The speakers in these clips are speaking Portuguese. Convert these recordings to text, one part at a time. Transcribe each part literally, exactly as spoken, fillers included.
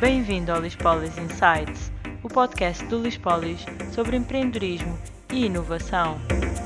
Bem-vindo ao Lispolis Insights, o podcast do Lispolis sobre empreendedorismo e inovação.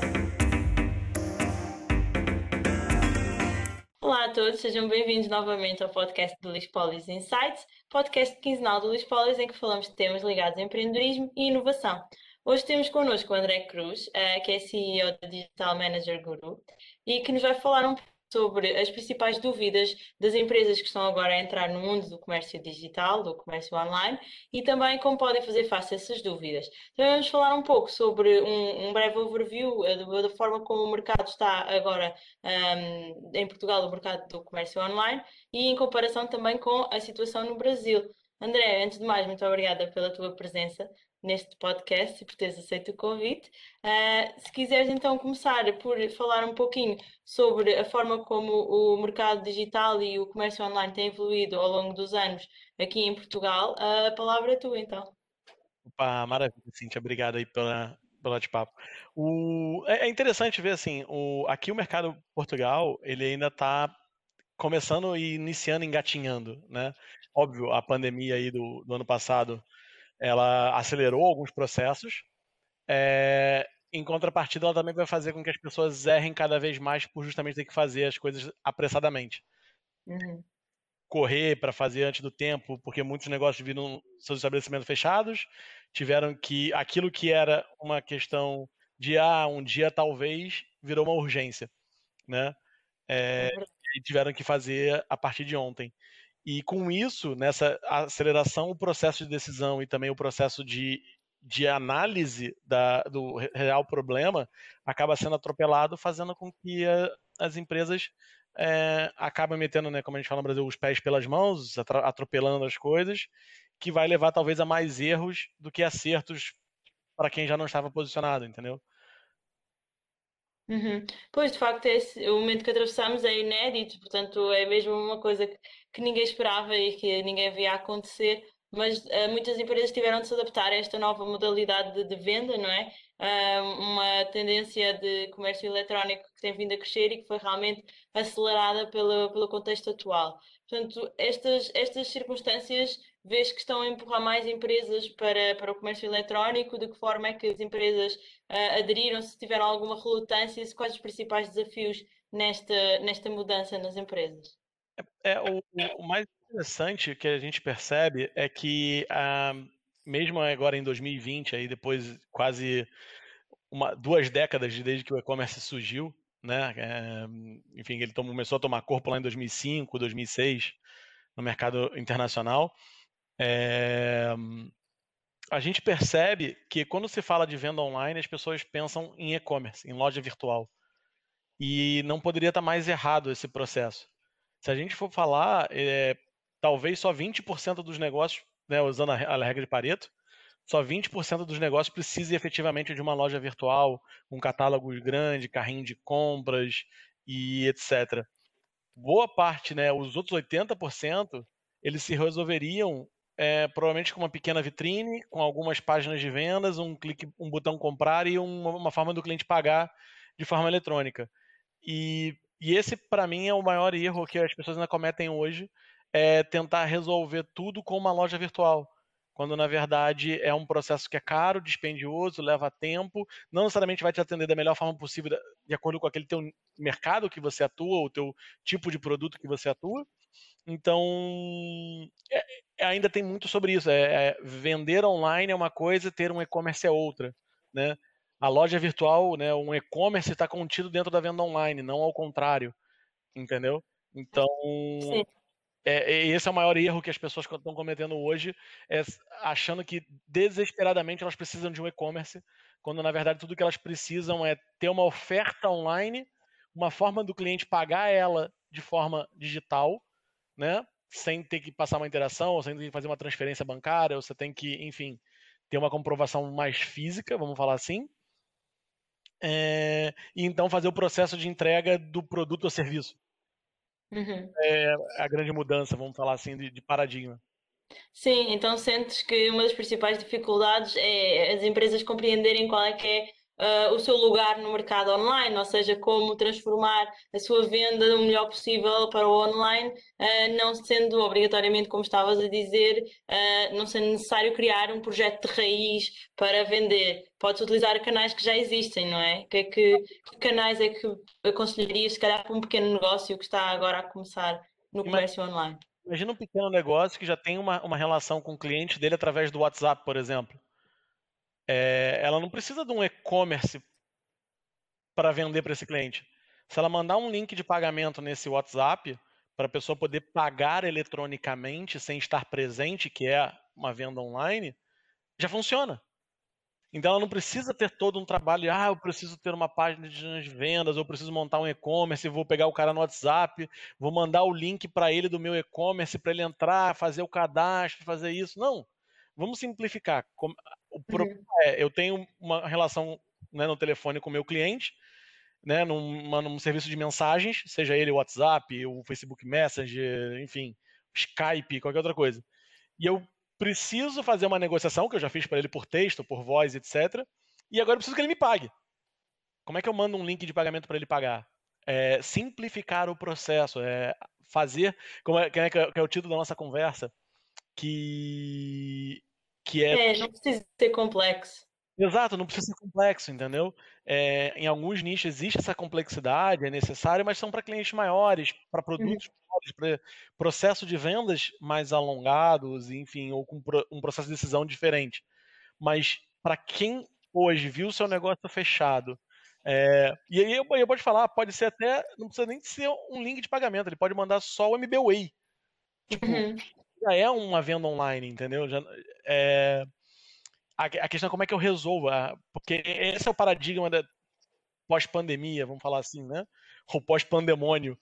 Olá a todos, sejam bem-vindos novamente ao podcast do Lispolis Insights, podcast quinzenal do Lispolis em que falamos de temas ligados a empreendedorismo e inovação. Hoje temos connosco o André Cruz, que é C E O da Digital Manager Guru, e que nos vai falar um pouco sobre as principais dúvidas das empresas que estão agora a entrar no mundo do comércio digital, do comércio online, e também como podem fazer face a essas dúvidas. Também vamos falar um pouco sobre um, um breve overview uh, da forma como o mercado está agora um, em Portugal, o mercado do comércio online, e em comparação também com a situação no Brasil. André, antes de mais, muito obrigada pela tua presença neste podcast e por teres aceito o convite. Uh, se quiseres então começar por falar um pouquinho sobre a forma como o mercado digital e o comércio online têm evoluído ao longo dos anos aqui em Portugal, a palavra é tua então. Opa, maravilha, Cíntia, obrigado aí pela, pelo bate-papo. O, é, é interessante ver assim, o, aqui o mercado Portugal, ele ainda está começando e iniciando, engatinhando, né? Óbvio, a pandemia aí do, do ano passado, ela acelerou alguns processos, é, em contrapartida ela também vai fazer com que as pessoas errem cada vez mais por justamente ter que fazer as coisas apressadamente. Uhum. Correr para fazer antes do tempo, porque muitos negócios viram seus estabelecimentos fechados, tiveram que aquilo que era uma questão de ah, um dia talvez virou uma urgência, né? É, e tiveram que fazer a partir de ontem. E com isso, nessa aceleração, o processo de decisão e também o processo de, de análise da, do real problema acaba sendo atropelado, fazendo com que a, as empresas é, acabem metendo, né, como a gente fala no Brasil, os pés pelas mãos, atropelando as coisas, que vai levar talvez a mais erros do que acertos para quem já não estava posicionado, entendeu? Uhum. Pois, de facto, esse, o momento que atravessamos é inédito, portanto, é mesmo uma coisa que, que ninguém esperava e que ninguém via acontecer, mas eh, muitas empresas tiveram de se adaptar a esta nova modalidade de, de venda, não é? Ah, uma tendência de comércio eletrónico que tem vindo a crescer e que foi realmente acelerada pelo, pelo contexto atual. Portanto, estas, estas circunstâncias, vês que estão a empurrar mais empresas para, para o comércio eletrónico, de que forma é que as empresas uh, aderiram, se tiveram alguma relutância, e quais os principais desafios nesta, nesta mudança nas empresas? É, o, o mais interessante que a gente percebe é que, ah, mesmo agora em dois mil e vinte, aí depois quase uma, duas décadas desde que o e-commerce surgiu, né? É, enfim, ele tom, começou a tomar corpo lá em dois mil e cinco, dois mil e seis, no mercado internacional. É, a gente percebe que quando se fala de venda online, as pessoas pensam em e-commerce, em loja virtual. E não poderia estar mais errado esse processo. Se a gente for falar, é, talvez só vinte por cento dos negócios, né, usando a, a regra de Pareto, só vinte por cento dos negócios precisa efetivamente de uma loja virtual, um catálogo grande, carrinho de compras e etcétera. Boa parte, né, os outros oitenta por cento, eles se resolveriam é, provavelmente com uma pequena vitrine, com algumas páginas de vendas, um clique, um botão comprar e uma, uma forma do cliente pagar de forma eletrônica. E, e esse, para mim, é o maior erro que as pessoas ainda cometem hoje, é tentar resolver tudo com uma loja virtual. Quando, na verdade, é um processo que é caro, dispendioso, leva tempo, não necessariamente vai te atender da melhor forma possível, de acordo com aquele teu mercado que você atua, o teu tipo de produto que você atua. Então, é, é, ainda tem muito sobre isso. É, é, vender online é uma coisa, ter um e-commerce é outra, né? A loja virtual, né, um e-commerce está contido dentro da venda online, não ao contrário, entendeu? Então, Sim. é, é, esse é o maior erro que as pessoas estão cometendo hoje, é achando que desesperadamente elas precisam de um e-commerce, quando na verdade tudo que elas precisam é ter uma oferta online, uma forma do cliente pagar ela de forma digital, né? Sem ter que passar uma interação, ou sem ter que fazer uma transferência bancária, ou você tem que, enfim, ter uma comprovação mais física, vamos falar assim. É, e então fazer o processo de entrega do produto ou serviço. Uhum. É a grande mudança, vamos falar assim, de, de paradigma. Sim, então sentes que uma das principais dificuldades é as empresas compreenderem qual é que é uh, o seu lugar no mercado online, ou seja, como transformar a sua venda o melhor possível para o online, uh, não sendo obrigatoriamente, como estavas a dizer, uh, não sendo necessário criar um projeto de raiz para vender. Podes utilizar canais que já existem, não é? Que, é que, que canais é que aconselharias, se calhar, para um pequeno negócio que está agora a começar no comércio online? Imagina um pequeno negócio que já tem uma, uma relação com o cliente dele através do WhatsApp, por exemplo. É, ela não precisa de um e-commerce para vender para esse cliente. Se ela mandar um link de pagamento nesse WhatsApp, para a pessoa poder pagar eletronicamente sem estar presente, que é uma venda online, já funciona. Então ela não precisa ter todo um trabalho de, ah, eu preciso ter uma página de vendas, eu preciso montar um e-commerce, vou pegar o cara no WhatsApp, vou mandar o link para ele do meu e-commerce para ele entrar, fazer o cadastro, fazer isso. Não. Vamos simplificar. O problema Uhum. é, eu tenho uma relação, né, no telefone com o meu cliente, né, numa, num serviço de mensagens, seja ele o WhatsApp, o Facebook Messenger, enfim, Skype, qualquer outra coisa. E eu preciso fazer uma negociação, que eu já fiz para ele por texto, por voz, etcétera. E agora eu preciso que ele me pague. Como é que eu mando um link de pagamento para ele pagar? É simplificar o processo, é fazer, como é, que é, que é o título da nossa conversa, que, que é É, não precisa ser complexo. exato, não precisa ser complexo, entendeu? É, em alguns nichos existe essa complexidade, é necessário, mas são para clientes maiores, para Uhum. produtos maiores, para processo de vendas mais alongados, enfim, ou com pro- um processo de decisão diferente. Mas para quem hoje viu o seu negócio fechado, é, e aí eu, eu pode falar, pode ser até, não precisa nem ser um link de pagamento, ele pode mandar só o M B Way. Tipo, Uhum. já é uma venda online, entendeu? Já, é, a, a questão é como é que eu resolvo, a- porque esse é o paradigma da pós-pandemia, vamos falar assim, né? Ou pós-pandemônio.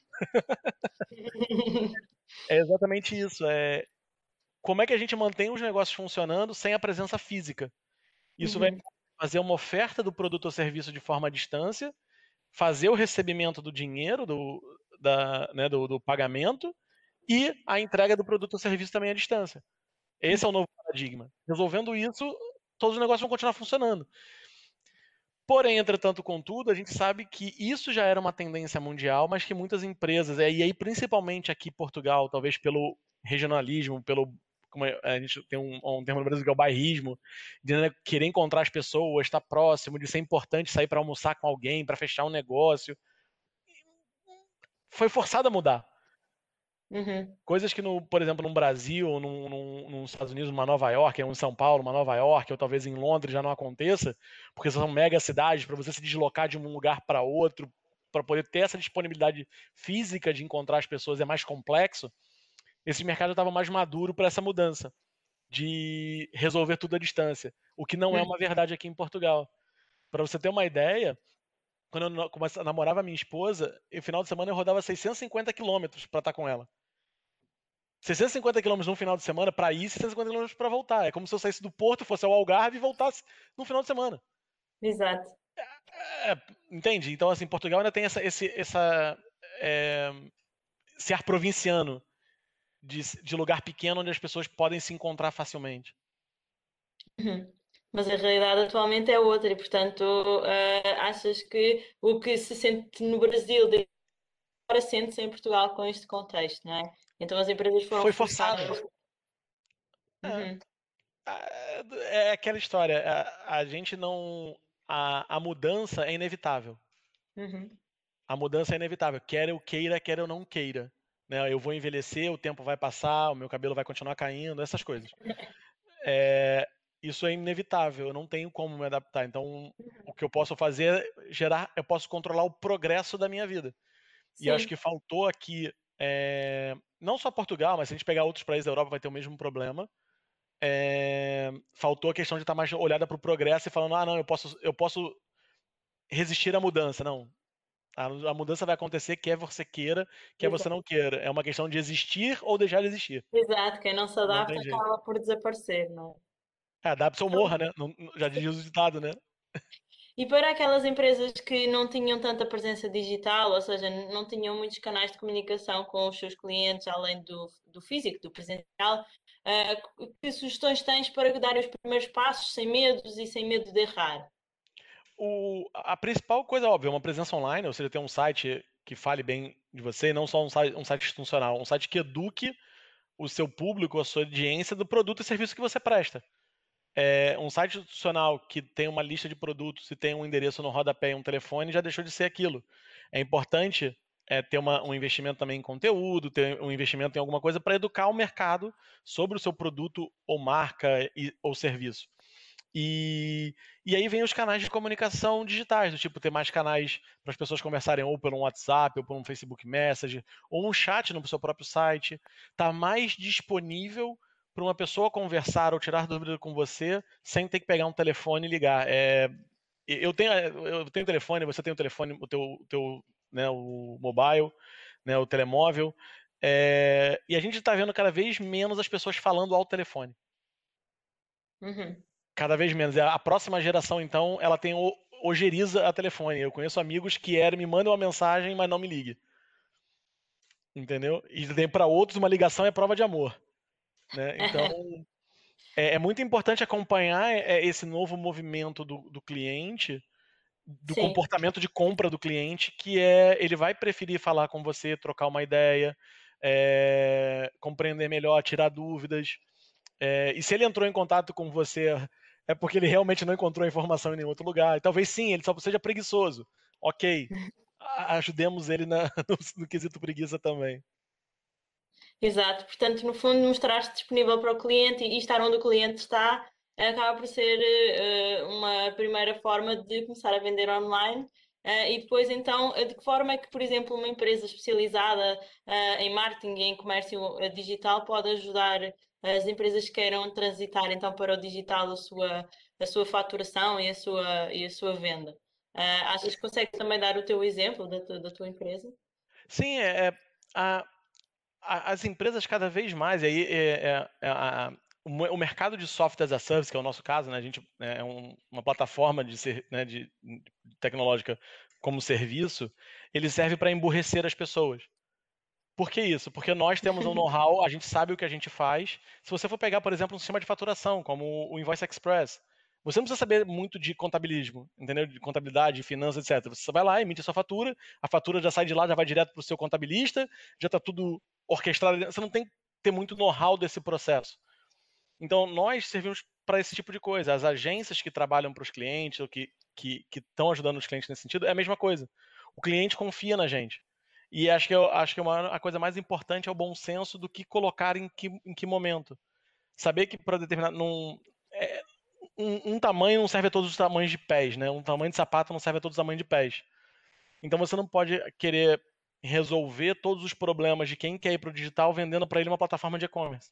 É exatamente isso. É como é que a gente mantém os negócios funcionando sem a presença física? Isso vai Uhum. fazer uma oferta do produto ou serviço de forma à distância, fazer o recebimento do dinheiro, do, da, né, do, do pagamento e a entrega do produto ou serviço também à distância. Esse é o novo paradigma. Resolvendo isso, todos os negócios vão continuar funcionando. Porém, entretanto, contudo, a gente sabe que isso já era uma tendência mundial, mas que muitas empresas, e aí principalmente aqui em Portugal, talvez pelo regionalismo, pelo como é, a gente tem um, um termo no Brasil que é o bairrismo, de, né, querer encontrar as pessoas, estar próximo, de ser importante sair para almoçar com alguém, para fechar um negócio, foi forçado a mudar. Uhum. Coisas que, no, por exemplo, no Brasil, ou num, num, nos Estados Unidos, numa Nova York, ou em São Paulo, uma Nova York, ou talvez em Londres já não aconteça, porque são mega cidades, para você se deslocar de um lugar para outro, para poder ter essa disponibilidade física de encontrar as pessoas é mais complexo. Esse mercado estava mais maduro para essa mudança, de resolver tudo à distância, o que não é Uhum. uma verdade aqui em Portugal. Para você ter uma ideia, quando eu no- comece- namorava minha esposa, no final de semana eu rodava seiscentos e cinquenta quilômetros para estar com ela. seiscentos e cinquenta quilômetros num final de semana para ir, seiscentos e cinquenta quilômetros para voltar. É como se eu saísse do Porto, fosse ao Algarve e voltasse no final de semana. Exato. É, entende? Então, assim, Portugal ainda tem essa, esse essa, é, esse ar provinciano de, de lugar pequeno onde as pessoas podem se encontrar facilmente. Uhum. Mas a realidade atualmente é outra e, portanto, eh, achas que o que se sente no Brasil de agora sente-se em Portugal com este contexto, não é? Então as empresas foram Foi forçado. forçadas. É, Uhum. é aquela história. A, a gente não. A, a mudança é inevitável. Uhum. A mudança é inevitável. Quer eu queira, quer eu não queira. Né? Eu vou envelhecer, o tempo vai passar, o meu cabelo vai continuar caindo, essas coisas. É, isso é inevitável, eu não tenho como me adaptar. Então, o que eu posso fazer é gerar, eu posso controlar o progresso da minha vida. E acho Sim, que faltou aqui, é, não só Portugal, mas se a gente pegar outros países da Europa, vai ter o mesmo problema. É, faltou a questão de estar mais olhada para o progresso e falando, ah, não, eu posso, eu posso resistir à mudança. Não. A, a mudança vai acontecer, quer você queira, quer você exato. não queira. É uma questão de existir ou deixar de existir. Exato. Quem não se Não adapta tem jeito. acaba por desaparecer, não é? É, adapte ou morra, né? Não- já diz o ditado, né? E para aquelas empresas que não tinham tanta presença digital, ou seja, não tinham muitos canais de comunicação com os seus clientes, além do, do físico, do presencial, eh, que sugestões tens para dar os primeiros passos sem medos e sem medo de errar? o, a principal coisa, óbvio, é uma presença online, ou seja, ter um site que fale bem de você, e não só um site, um site institucional, um site que eduque o seu público, a sua audiência do produto e serviço que você presta. É, um site institucional que tem uma lista de produtos e tem um endereço no rodapé e um telefone já deixou de ser aquilo. É importante é, ter uma, um investimento também em conteúdo, ter um investimento em alguma coisa para educar o mercado sobre o seu produto ou marca e, ou serviço. E, e aí vem os canais de comunicação digitais, do tipo ter mais canais para as pessoas conversarem ou pelo WhatsApp, ou por um Facebook Messenger, ou um chat no seu próprio site. Tá mais disponível para uma pessoa conversar ou tirar dúvida com você sem ter que pegar um telefone e ligar. É, eu tenho eu tenho telefone, você tem o telefone, o teu, teu né, o mobile, né, o telemóvel, é, e a gente está vendo cada vez menos as pessoas falando ao telefone. Uhum. Cada vez menos. A próxima geração, então, ela tem o, ojeriza a telefone. Eu conheço amigos que eram, me mandam uma mensagem, mas não me ligue. Entendeu? E tem para outros uma ligação é prova de amor. Né? Então, é, é muito importante acompanhar é, esse novo movimento do, do cliente, do Sim. comportamento de compra do cliente, que é ele vai preferir falar com você, trocar uma ideia, é, compreender melhor, tirar dúvidas. É, e se ele entrou em contato com você, é porque ele realmente não encontrou a informação em nenhum outro lugar. E talvez sim, ele só seja preguiçoso. Ok. A- Ajudemos ele na- no, no quesito preguiça também. Exato, portanto, no fundo, mostrar-se disponível para o cliente e estar onde o cliente está acaba por ser eh, uma primeira forma de começar a vender online. Eh, e depois, então, eh, de que forma é que, por exemplo, uma empresa especializada eh, em marketing e em comércio eh, digital pode ajudar as empresas que queiram transitar então para o digital a sua, a sua faturação e a sua, e a sua venda? Eh, achas que consegues também dar o teu exemplo da, tu- da tua empresa? Sim, é, é, a- a- as empresas cada vez mais, e aí é, é- é a- o, me- o mercado de software as a service, que é o nosso caso, né, a gente né, é um- uma plataforma de, ser, né, de, de tecnológica como serviço, ele serve para emburrecer as pessoas. Por que isso? Porque nós temos um know-how, a gente sabe o que a gente faz. Se você for pegar, por exemplo, um sistema de faturação, como o Invoice Express, você não precisa saber muito de contabilismo, entendeu? De contabilidade, finanças, etcétera. Você vai lá, emite a sua fatura, a fatura já sai de lá, já vai direto para o seu contabilista, já está tudo orquestrado. Você não tem que ter muito know-how desse processo. Então, nós servimos para esse tipo de coisa. As agências que trabalham para os clientes, ou que que que estão ajudando os clientes nesse sentido, é a mesma coisa. O cliente confia na gente. E acho que, eu, acho que a, maior- a coisa mais importante é o bom senso do que colocar em que, em que momento. Saber que para determinar. Num, é, um, um tamanho não serve a todos os tamanhos de pés, né? Um tamanho de sapato não serve a todos os tamanhos de pés. Então você não pode querer resolver todos os problemas de quem quer ir para o digital vendendo para ele uma plataforma de e-commerce.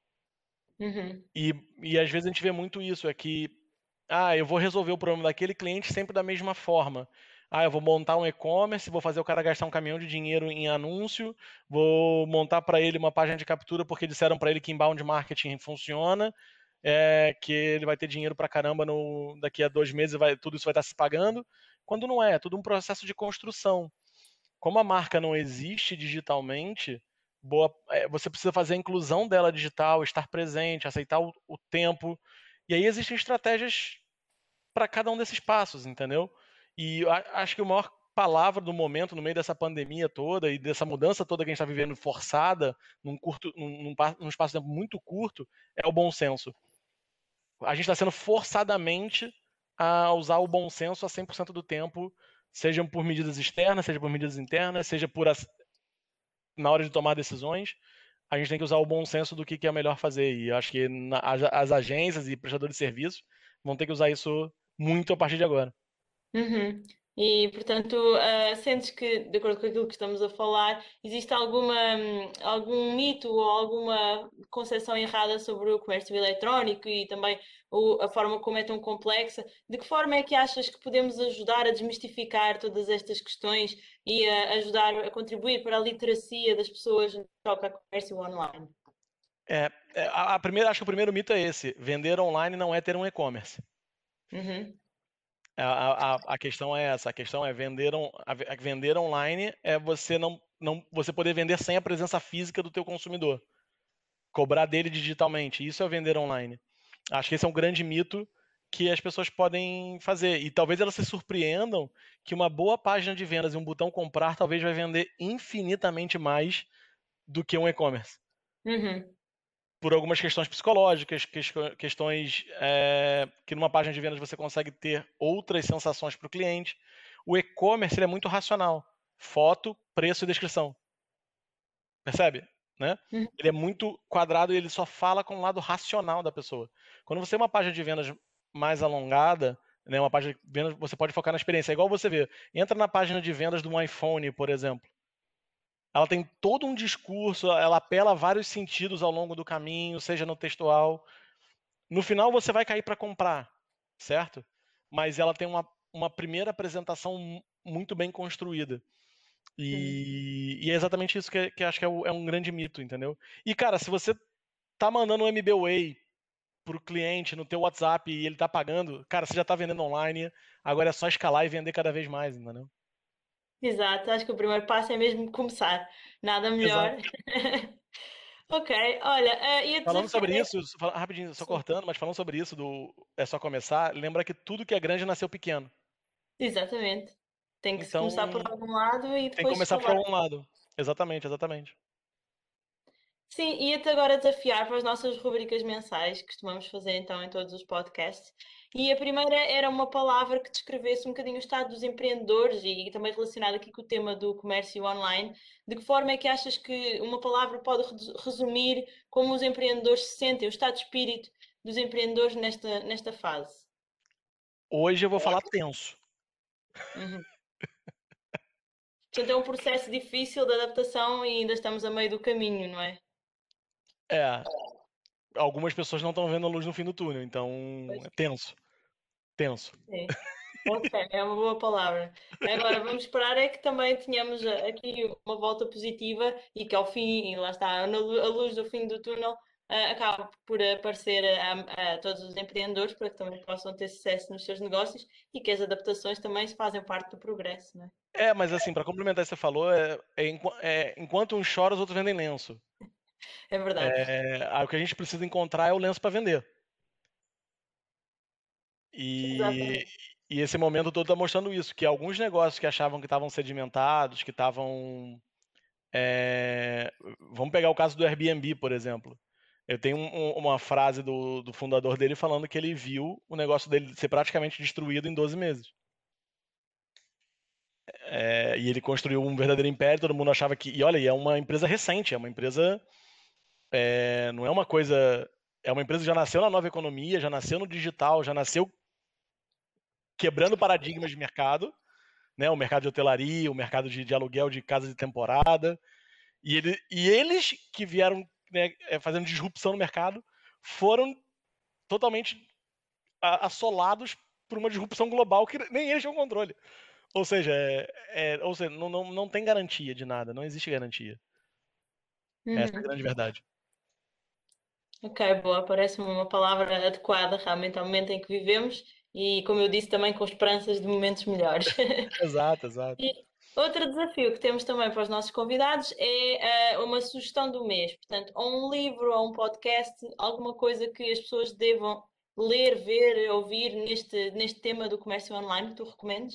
Uhum. E, e às vezes a gente vê muito isso, é que, ah, eu vou resolver o problema daquele cliente sempre da mesma forma. Ah, eu vou montar um e-commerce, vou fazer o cara gastar um caminhão de dinheiro em anúncio, vou montar para ele uma página de captura porque disseram para ele que inbound marketing funciona, é, que ele vai ter dinheiro para caramba no, daqui a dois meses, vai, tudo isso vai estar se pagando, quando não é, é tudo um processo de construção. Como a marca não existe digitalmente, boa, é, você precisa fazer a inclusão dela digital, estar presente, aceitar o, o tempo. E aí existem estratégias para cada um desses passos, entendeu? E eu a- acho que a maior palavra do momento, no meio dessa pandemia toda e dessa mudança toda que a gente está vivendo forçada, num, curto, num, num pa- num espaço de tempo muito curto, é o bom senso. A gente está sendo forçadamente a usar o bom senso a cem por cento do tempo, sejam por medidas externas, seja por medidas internas, seja por as- na hora de tomar decisões, a gente tem que usar o bom senso do que, que é melhor fazer. E eu acho que na- as, as agências e prestadores de serviço vão ter que usar isso muito a partir de agora. Uhum. E, portanto, ah, sentes que, de acordo com aquilo que estamos a falar, existe alguma, hum, algum mito ou alguma concepção errada sobre o comércio eletrónico e também o- a forma como é tão complexa? De que forma é que achas que podemos ajudar a desmistificar todas estas questões e a ajudar a contribuir para a literacia das pessoas no que toca a comércio online? É, é, a, a primeira, acho que o primeiro mito é esse: vender online não é ter um e-commerce. Uhum. A, a, a questão é essa, a questão é vender, on, a, a vender online é você não, não você poder vender sem a presença física do teu consumidor, cobrar dele digitalmente. Isso é vender online. Acho que esse é um grande mito que as pessoas podem fazer. E talvez elas se surpreendam que uma boa página de vendas e um botão comprar talvez vai vender infinitamente mais do que um e-commerce. Uhum. Por algumas questões psicológicas, questões é, que numa página de vendas você consegue ter outras sensações para o cliente. O e-commerce ele é muito racional. Foto, preço e descrição. Percebe? Né? Uhum. Ele é muito quadrado e ele só fala com o lado racional da pessoa. Quando você tem uma página de vendas mais alongada, né, uma página de vendas, você pode focar na experiência. É igual você vê, entra na página de vendas de um iPhone, por exemplo. Ela tem todo um discurso, ela apela a vários sentidos ao longo do caminho, seja no textual. No final você vai cair para comprar, certo? Mas ela tem uma, uma primeira apresentação muito bem construída. E, e é exatamente isso que, que acho que é, o, é um grande mito, entendeu? E, cara, se você tá mandando um M B Way pro cliente no teu WhatsApp e ele tá pagando, cara, você já tá vendendo online, agora é só escalar e vender cada vez mais, entendeu? Exato, acho que o primeiro passo é mesmo começar. Nada melhor. Exato. Ok, olha, uh, ia Falando desafiar. sobre isso, fala- rapidinho, só Sim, cortando, mas falando sobre isso do é só começar, lembra que tudo que é grande nasceu pequeno. exatamente. Tem que se Então, começar por algum lado e tem que depois começar por escalar. algum lado. Exatamente, exatamente. Sim, ia-te agora desafiar para as nossas rubricas mensais, que costumamos fazer então em todos os podcasts. E a primeira era uma palavra que descrevesse um bocadinho o estado dos empreendedores e também relacionado aqui com o tema do comércio online. De que forma é que achas que uma palavra pode redu- resumir como os empreendedores se sentem, o estado de espírito dos empreendedores nesta, nesta fase? Hoje eu vou falar tenso. Uhum. Portanto, é um processo difícil de adaptação e ainda estamos a meio do caminho, não é? É, algumas pessoas não estão vendo a luz no fim do túnel, então Pois. é tenso, tenso. Sim. Ok, é uma boa palavra. Agora vamos esperar é que também tenhamos a- aqui uma volta positiva e que ao fim, e lá está, na lu- a luz do fim do túnel, ah, acabe por aparecer a, a todos os empreendedores para que também possam ter sucesso nos seus negócios e que as adaptações também se fazem parte do progresso, não é? É, mas assim, para complementar o que você falou, é, é enqu- é, enquanto uns choram, os outros vendem lenço. É verdade. É, aí o que a gente precisa encontrar é o lenço para vender. E, Exatamente. e esse momento todo está mostrando isso, que alguns negócios que achavam que estavam sedimentados, que estavam. é, Vamos pegar o caso do Airbnb, por exemplo. Eu tenho um- um- uma frase do, do fundador dele falando que ele viu o negócio dele ser praticamente destruído em doze meses. É, e ele construiu um verdadeiro império, todo mundo achava que. E olha, e é uma empresa recente, é uma empresa. É, não é uma coisa. É uma empresa que já nasceu na nova economia, já nasceu no digital, já nasceu quebrando paradigmas de mercado, né? O mercado de hotelaria, o mercado de, de aluguel de casa de temporada. E, ele, e eles que vieram, né, é, fazendo disrupção no mercado foram totalmente a- assolados por uma disrupção global que nem eles tinham controle. Ou seja, é, é, ou seja não, não, não tem garantia de nada, não existe garantia. Essa é a Uhum. grande verdade. Ok, boa, parece-me uma palavra adequada realmente ao momento em que vivemos e, como eu disse, também com esperanças de momentos melhores. Exato, exato. E outro desafio que temos também para os nossos convidados é eh, uma sugestão do mês. Portanto, ou um livro, ou um podcast, alguma coisa que as pessoas devam ler, ver, ouvir neste, neste tema do comércio online que tu recomendes?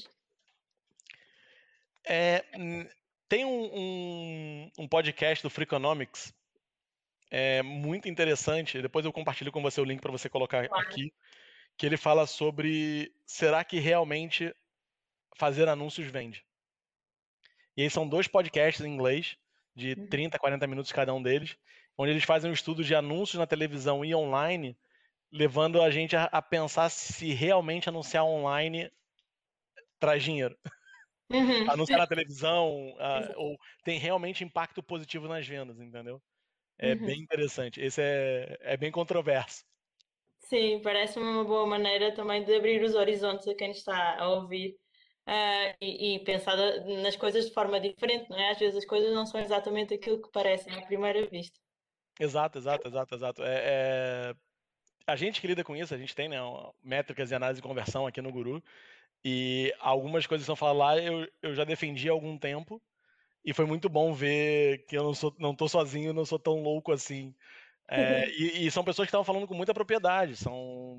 É, hum, tem um, um, um podcast do Freakonomics, é muito interessante. Depois eu compartilho com você o link para você colocar Claro. aqui, que ele fala sobre será que realmente fazer anúncios vende? E aí são dois podcasts em inglês, de Uhum. trinta, quarenta minutos cada um deles, onde eles fazem um estudo de anúncios na televisão e online, levando a gente a, a pensar se realmente anunciar online traz dinheiro. Uhum. Anunciar na televisão, ah, Exato. ou tem realmente impacto positivo nas vendas, entendeu? É bem Uhum. interessante. Esse é, é bem controverso. Sim, parece-me uma boa maneira também de abrir os horizontes a quem está a ouvir, ah, e, e pensar da- nas coisas de forma diferente, não é? Às vezes as coisas não são exatamente aquilo que parecem à primeira vista. Exato, exato, exato, exato. É, é, A gente que lida com isso, a gente tem, né, métricas e análise de conversão aqui no Guru, e algumas coisas que são faladas lá eu, eu já defendi há algum tempo, e foi muito bom ver que eu não sou, não tô sozinho, não sou tão louco assim. É, e, e são pessoas que estavam falando com muita propriedade, são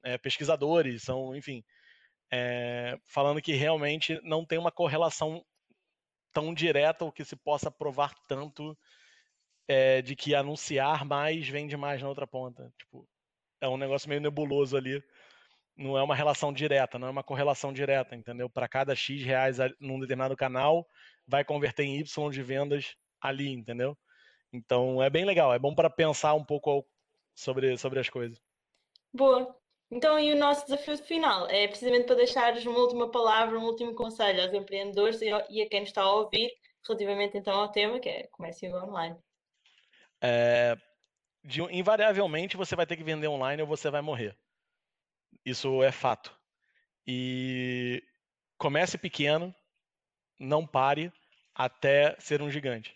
é, pesquisadores, são, enfim, é, falando que realmente não tem uma correlação tão direta ou que se possa provar tanto é, de que anunciar mais vende mais na outra ponta. Tipo, é um negócio meio nebuloso ali. Não é uma relação direta, não é uma correlação direta, entendeu? Para cada X reais num determinado canal, vai converter em Y de vendas ali, entendeu? Então é bem legal, é bom para pensar um pouco sobre, sobre as coisas. Boa. Então, e o nosso desafio final é precisamente para deixares uma última palavra, um último conselho aos empreendedores e, ao- e a quem nos está a ouvir, relativamente então ao tema, que é comércio online. É, de- invariavelmente você vai ter que vender online ou você vai morrer. Isso é fato. E comece pequeno, não pare até ser um gigante.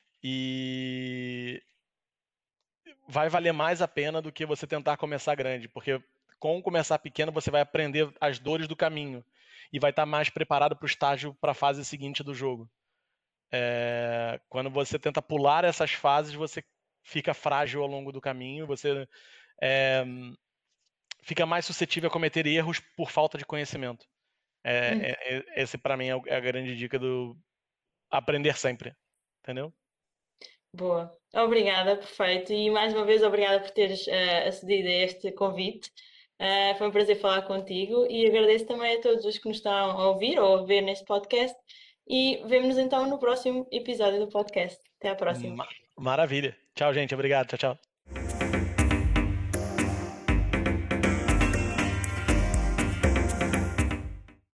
E vai valer mais a pena do que você tentar começar grande, porque com começar pequeno você vai aprender as dores do caminho e vai estar mais preparado para o estágio, para a fase seguinte do jogo. É, quando você tenta pular essas fases, você fica frágil ao longo do caminho, você é, fica mais suscetível a cometer erros por falta de conhecimento. Hum, É, é, é, esse para mim é, é a grande dica do aprender sempre, entendeu? boa. Obrigada, perfeito. E mais uma vez, obrigada por teres eh, acedido a este convite. Eh, foi um prazer falar contigo e agradeço também a todos os que nos estão a ouvir ou a ver neste podcast. E vemo-nos então no próximo episódio do podcast. Até à próxima. Ma- Maravilha. Tchau, gente. Obrigado. Tchau, tchau.